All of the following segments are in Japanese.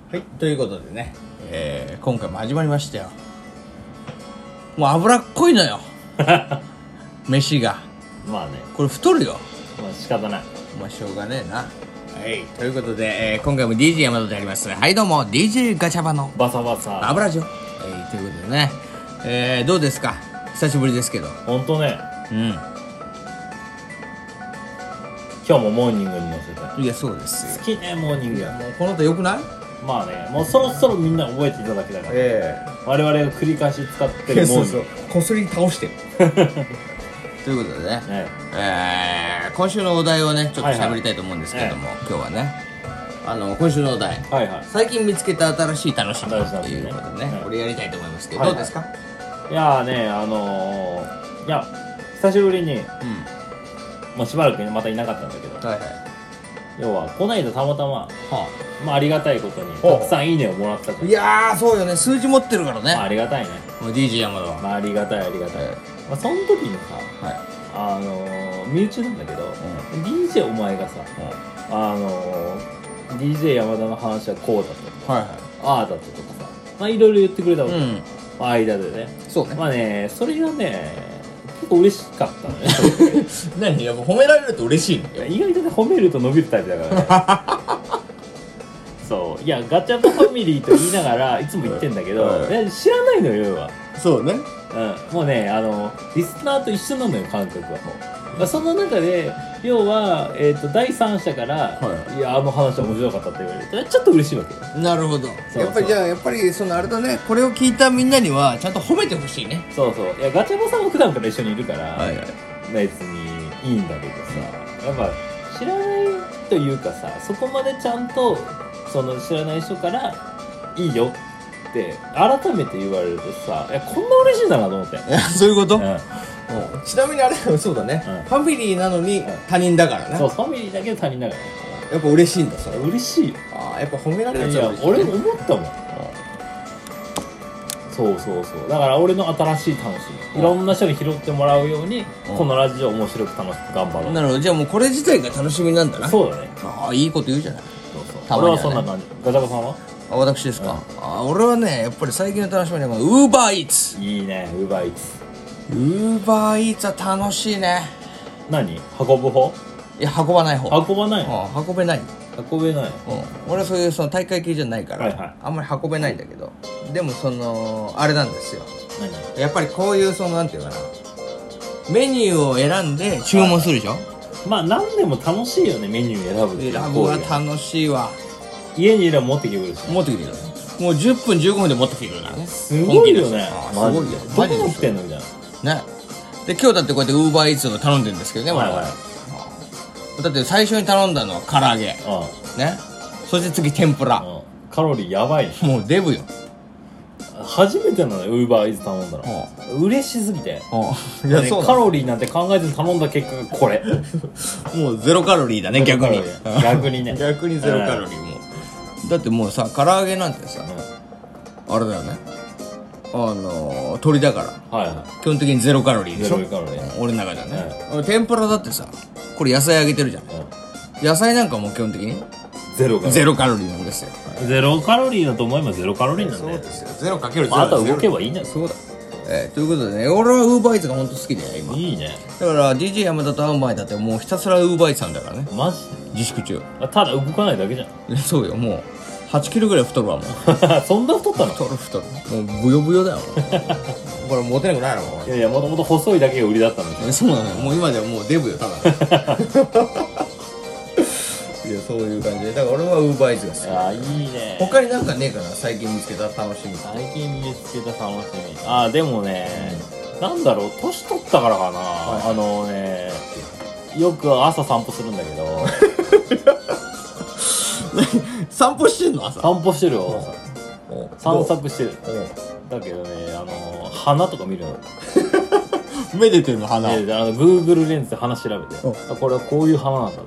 はい、ということでね、今回も始まりましたよ。もう脂っこいのよ飯が。 まあね、 これ太るよ。 まあ仕方ない。 まあしょうがねえな。はい、ということで、今回も DJ 山田であります。はいどうも DJ ガチャバのバサバサ油塩。ということでね、どうですか、久しぶりですけど。 ほんとね、 うん、 今日もモーニングに乗せて。 いやそうですよ。 好きね、モーニング。 もうこの後よくない？ まあね、もうそろそろみんな覚えていただけたから、我々が繰り返し使ってるモーニング。 そうこすり倒してるということでね、今週のお題をねちょっと喋りたいと思うんですけども、今日はね今週のお題、最近見つけた新しい楽しみっていうことでね、これやりたいと思いますけど、どうですか？ いやーね、いや久しぶりに、もうしばらくまたいなかったんだけど、要はこの間たまたま、まあありがたいことにたくさんいいねをもらったから。 いやーそうよね、数字持ってるからね。 ありがたいね。 もう DJ 山田は。 まあありがたいありがたい。まあその時にさ、身内なんだけど、DJ お前がさ、DJ 山田の話はこうだと、ああだととかさ、まあいろいろ言ってくれたわけ、間でね。 そうね。 まあね、それがね結構嬉しかったね何、やっぱ褒められると嬉しいの？ 意外とね、褒めると伸びるタイプだからねそう、いやガチャバファミリーと言いながらいつも言ってんだけど、知らないのよ要は。 そうね。 もうね、リスナーと一緒なのよ、感覚はもう。その中で要は、第三者から、いや話は面白かったって言われるとちょっと嬉しいわけよ。 なるほど。やっぱりじゃあやっぱりそのあれだね、これを聞いたみんなにはちゃんと褒めてほしいね。 そうそう。いやガチャバさんは普段から一緒にいるから、別にいいんだけどさ、やっぱ知らないというかさ、そこまでちゃんとその知らない人からいいよって改めて言われるとさ、いやこんな嬉しいんだなと思って。 そういうこと？ちなみにあれそうだね、ファミリーなのに他人だからね。 そう、ファミリーだけど他人だからね。 やっぱ嬉しいんだ、それ。 嬉しいよ。 やっぱ褒められる。 いや俺思ったもん。そうそうそう。だから俺の新しい楽しみ、いろんな人に拾ってもらうように、このラジオ面白く楽しく頑張ろう。 なるほど。じゃあもうこれ自体が楽しみなんだな。 そうだね。 いいこと言うじゃない。 そうそう。俺はそんな感じ。ガチャバさんは？ 私ですか？俺はね、やっぱり最近の楽しみはこのウーバーイーツ。 いいね、ウーバーイーツ。 ウーバーイーツは楽しいね。 何？運ぶ方？ いや、運ばない方。 運ばない？ 運べない。 運べない。 俺はそういうその大会系じゃないから、あんまり運べないんだけど、でもそのあれなんですよ。やっぱりこういうそのなんていうかな、メニューを選んで注文するでしょ。 まあ何でも楽しいよね、メニュー選ぶって。 選ぶは楽しいわ。 家にいれば持ってきてくれるし。 持ってきてくれる。もう10分15分で持ってきてくれるからね。 すごいよね。 すごいよ。 どこに来てんのみたいな。 ね。で今日だってこうやってウーバーイーツを頼んでるんですけどね、我々。だって最初に頼んだのは唐揚げ。ね。そして次天ぷら。 カロリーやばいね。 もうデブよ。 初めてなのよ、ウーバーイーツ頼んだら。嬉しすぎて。 いや、そう。 カロリーなんて考えずに頼んだ結果がこれ。 もうゼロカロリーだね、逆に。 逆にね。 逆にゼロカロリーも。だってもうさ、唐揚げなんてさ、あれだよね。鶏だから。基本的にゼロカロリーでしょ。ゼロカロリー。俺の中ではね。天ぷらだってさ、これ野菜揚げてるじゃん。野菜なんかも基本的にゼロカロリーなんですよ。 ゼロカロリーだと思えばゼロカロリーなんだよ。 そうですよ。ゼロかけるゼロ。 あとは動けばいいんだよ。 そうだ。ということでね、俺はウーバーイーツが本当好きで今。 いいね。 だから DJ 山田と会う前だってもうひたすらウーバーイーツなんだからね。 マジ？ 自粛中。 ただ動かないだけじゃん。 そうよ、もう8キロぐらい太るわもう。 そんな太ったの？ 太る。もうブヨブヨだよ。これモテなくないの？ いやいや、もともと細いだけが売りだったんですよ。そうなのよ。もう今ではもうデブよ、ただ。いや、そういう感じで。だから俺はウーバーイーツが好き。 いいね。 他になんかねえかな、最近見つけた楽しみ。 最近見つけた楽しみ。でもね、なんだろう、年取ったからかな。よく朝散歩するんだけど。 散歩してんの？朝散歩してるよ。散策してる。だけどね、花とか見るの。 めでてるの？花。 Google レンズで花調べて、これはこういう花なんだって。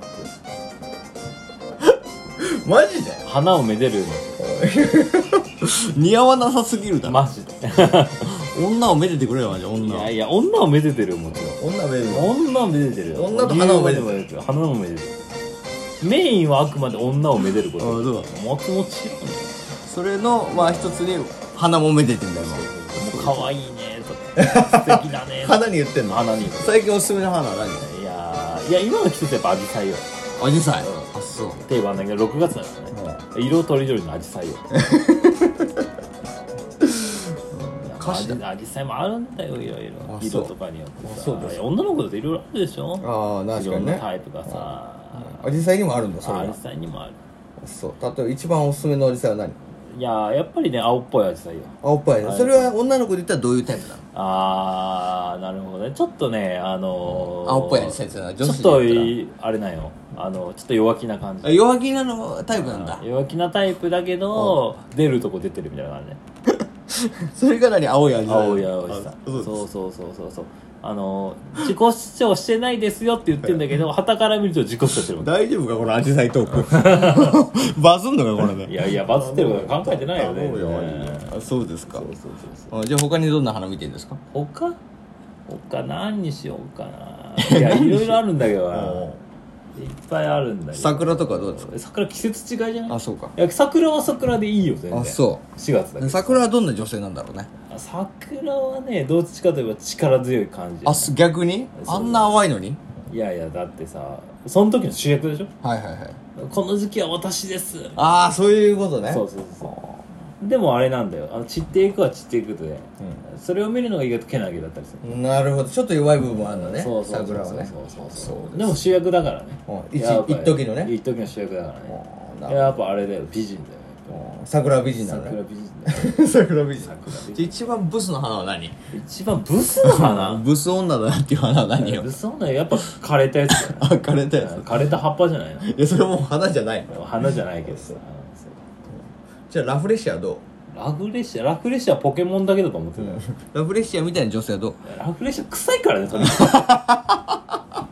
マジで？ 花をめでるの。 似合わなさすぎるだろ。 マジで。 女をめでてくれよ、マジ。女。 いやいや、女をめでてるよ、もちろん。 女めでてる。 女をめでてるよ。 女と花をめでてる。 花をめでてる。メインはあくまで女をめでること。 そうだ。 もちろん。 それのまあ一つに花もめでてんだよ。もう可愛いねとか素敵だね花に言ってんの。 花に最近おすすめの花は何？ いや今の季節やっぱアジサイよ。 アジサイ、 あ、そう定番だけど6月だからね、色とりどりのアジサイよアジサイもあるんだよ、いろいろ色とかによってさ。女の子だっていろいろあるでしょ。 ああ確かにね、いろんなタイプがさ。 アジサイにもあるんだ。それアジサイにもある。 そう、例えば一番おすすめのアジサイは何？ いややっぱりね青っぽいアジサイよ。 青っぽいね。それは女の子で言ったらどういうタイプなの？ ああなるほどね。ちょっとね青っぽいアジサイってのは女子ちょっとあれなんよ、ちょっと弱気な感じ。 弱気なのタイプなんだ。 弱気なタイプだけど出るとこ出てるみたいな感じねそれが何？青いアジサイ。 青いアジサイ。そう自己主張してないですよって言ってるんだけど傍から見ると自己主張してるもん。 大丈夫かこのアジサイトークバズんのかこれね。 いやバズってること考えてないよね。 そうですか。じゃあ他にどんな花見てるんですか？ 他何にしようかな。いやいろいろあるんだけどいっぱいあるんだけど。 桜とかどうですか？ 桜季節違いじゃない？ あ、そうか。 いや桜は桜でいいよ全然。 あ、そう。 4月だけど。 桜はどんな女性なんだろうね。 桜はねどっちかといえば力強い感じ。 あ、逆に？あんな淡いのに？ いやだってさその時の主役でしょ。 はい。 この時期は私です。 ああそういうことね。 そうでもあれなんだよ、散っていくは散っていくで、それを見るのが意外とけなげだったりする。なるほど、ちょっと弱い部分あるんだね。 桜はね。 そうでも主役だからね。 一時のね。 一時の主役だからね。やっぱあれだよ、美人だよ。 桜美人なのね。桜美人。一番ブスの花は何？ 一番ブスの花？ ブス女だなっていう花は何よ？ ブス女はやっぱ枯れたやつだよね。 あ、枯れたやつ。 枯れた葉っぱじゃないの？ いやそれもう花じゃないの。 花じゃないけどさ。 じゃあラフレシアはどう？ ラフレシアはポケモンだけだと思ってたよ。 ラフレシアみたいな女性はどう？ ラフレシア臭いからね、とにか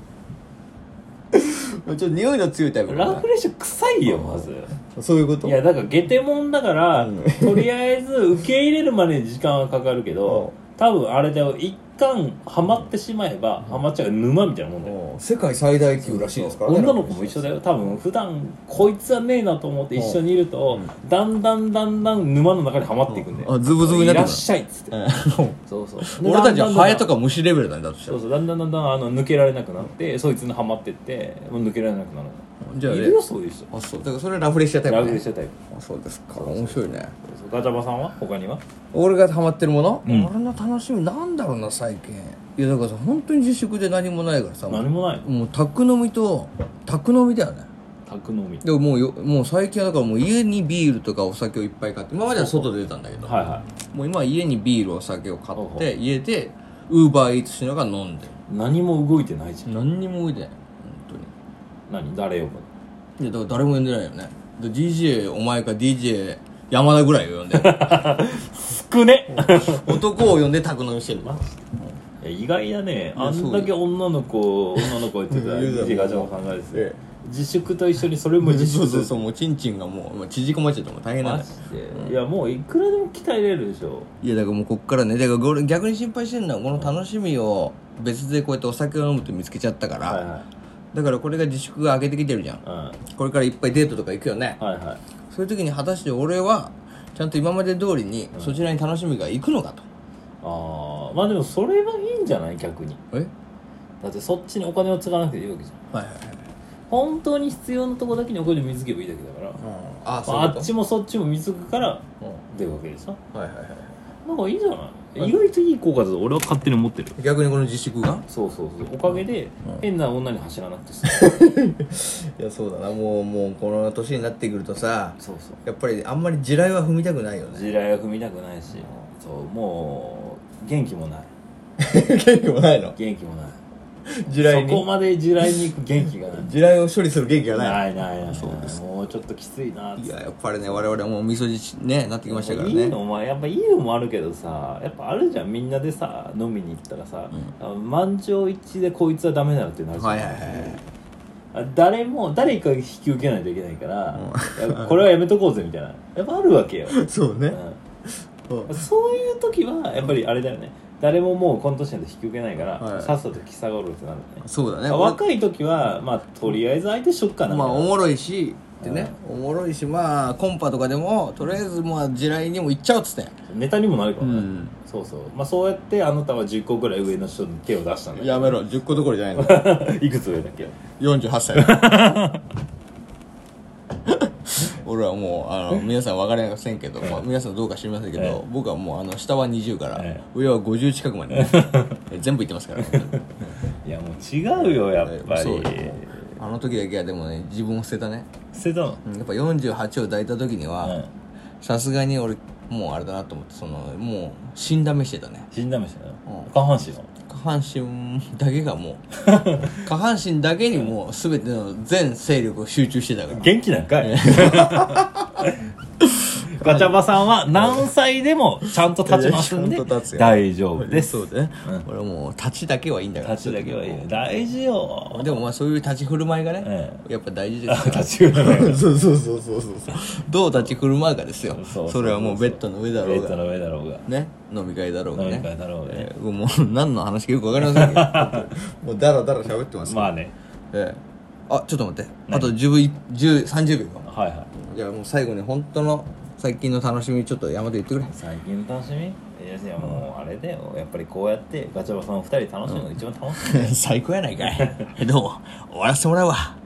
くちょっと匂いの強いタイプ。 ラフレシア臭いよまず。 そういうこと？ いやだからゲテモンだから、とりあえず受け入れるまでに時間はかかるけど、多分あれだよ、一旦ハマってしまえばハマっちゃう沼みたいなもんだよ。 世界最大級らしいですからね。 女の子も一緒だよ。多分普段こいつはねえなと思って一緒にいると、だんだん沼の中にはまっていくんだよ。 ズブズブになってくる。 いらっしゃいっつって。そう俺たちはハエとか虫レベルなんだとしたら。 だんだん抜けられなくなってそいつにはまってってもう抜けられなくなる。 じゃあいるよそういう人。 あ、そう。だからそれラフレシアタイプね。 ラフレシアタイプ。 あ、そうですか。面白いね。 ガチャバさんは他には？ 俺がハマってるもの？俺の楽しみなんだろうな最近。いやだからさ本当に自粛で何もないからさ。 何もない。 もう宅飲みだよね。 宅飲み。 でももう最近はだからもう家にビールとかお酒をいっぱい買って、今までは外で出たんだけど、もう今は家にビールお酒を買って家でウーバーイーツしながら飲んで。 何も動いてないじゃん。 何にも動いてない本当に。 誰よ？ いやだから誰も呼んでないよね。DJ お前か DJ 山田ぐらいを呼んで少ね男を呼んで宅飲みしてる。 意外だね。あんだけ女の子言ってたDJ ガチャバさんがですね、自粛と一緒にそれも自粛。 そうもうチンチンがもう縮こまっちゃっても大変なんだよ。 いやもういくらでも鍛えれるでしょ。 いやだからもうこっからね、だから俺逆に心配してるのはこの楽しみを別でこうやってお酒を飲むって見つけちゃったから、だからこれが自粛が明けてきてるじゃん、これからいっぱいデートとか行くよね、そういう時に果たして俺はちゃんと今まで通りにそちらに楽しみが行くのかと。 まあでもそれはいいんじゃない逆に。だってそっちにお金を使わなくていいわけじゃん。本当に必要なとこだけにお金を水けばいいだけだから、あっちもそっちも水くから出るわけでさ。なんかいいじゃない。意外といい効果だと俺は勝手に思ってる。 逆にこの自粛がそうおかげで変な女に走らなくてさいやそうだな、もうこの年になってくるとさ、やっぱりあんまり地雷は踏みたくないよね。 地雷は踏みたくないし、もう元気もない元気もないの？ 元気もない。 地雷にそこまで地雷に行く元気がない。 地雷を処理する元気がない。 ない。そうです。もうちょっときついな。 いややっぱりね我々はもう味噌汁ねなってきましたからね。 いいのもやっぱいいのもあるけどさ、やっぱあるじゃん。みんなでさ飲みに行ったらさ、満場一致でこいつはダメだってなるじゃん。誰か引き受けないといけないから、これはやめとこうぜみたいなやっぱあるわけよ。 そうね、 そういう時はやっぱりあれだよね。誰ももうこの年なんて引き受けないから、さっさと気下がろうってなるね。 そうだね。 若い時はまあとりあえず相手しよっかな。 おもろいしってね、おもろいし、まあコンパとかでもとりあえずまあ地雷にも行っちゃおうっつってネタにもなるからね、そうそう、まあそうやってあなたは10個ぐらい上の人に手を出したんだやめろ、10個どころじゃないのいくつ上だっけ ？48歳俺はもう皆さん分かりませんけど、まあ、皆さんどうか知りませんけど、僕はもう下は20から、上は50近くまで、全部いってますからいやもう違うよやっぱり、 あの時だけはでもね自分を捨てたね。 捨てたの？やっぱ48を抱いた時にはさすがに俺もうあれだなと思って、もう死んだ目してたね。 死んだ目してたの？下半身は？ 下半身だけがもう下半身だけにもう全ての全勢力を集中してたから。 元気なんかいガチャバさんは何歳でもちゃんと立ちますんで大丈夫です。 そうね、俺はもう立ちだけはいいんだから。 立ちだけはいいよ、大事よ。 でもまあそういう立ち振る舞いがね、やっぱ大事です立ち振る舞いそうどう立ち振る舞うかですよ。それはもうベッドの上だろうがね、飲み会だろうがね、もう何の話かよく分かりませんけどもうダラダラ喋ってます。 まあね、 あ、ちょっと待って、あと30秒か。 はいはい。 じゃあもう最後に本当の最近の楽しみちょっと山で言ってくれ。 最近の楽しみ？いやもうあれだよ、やっぱりこうやってガチャバさん2人楽しむのが一番楽しい、 最高やないかいどうも終わらせてもらうわ。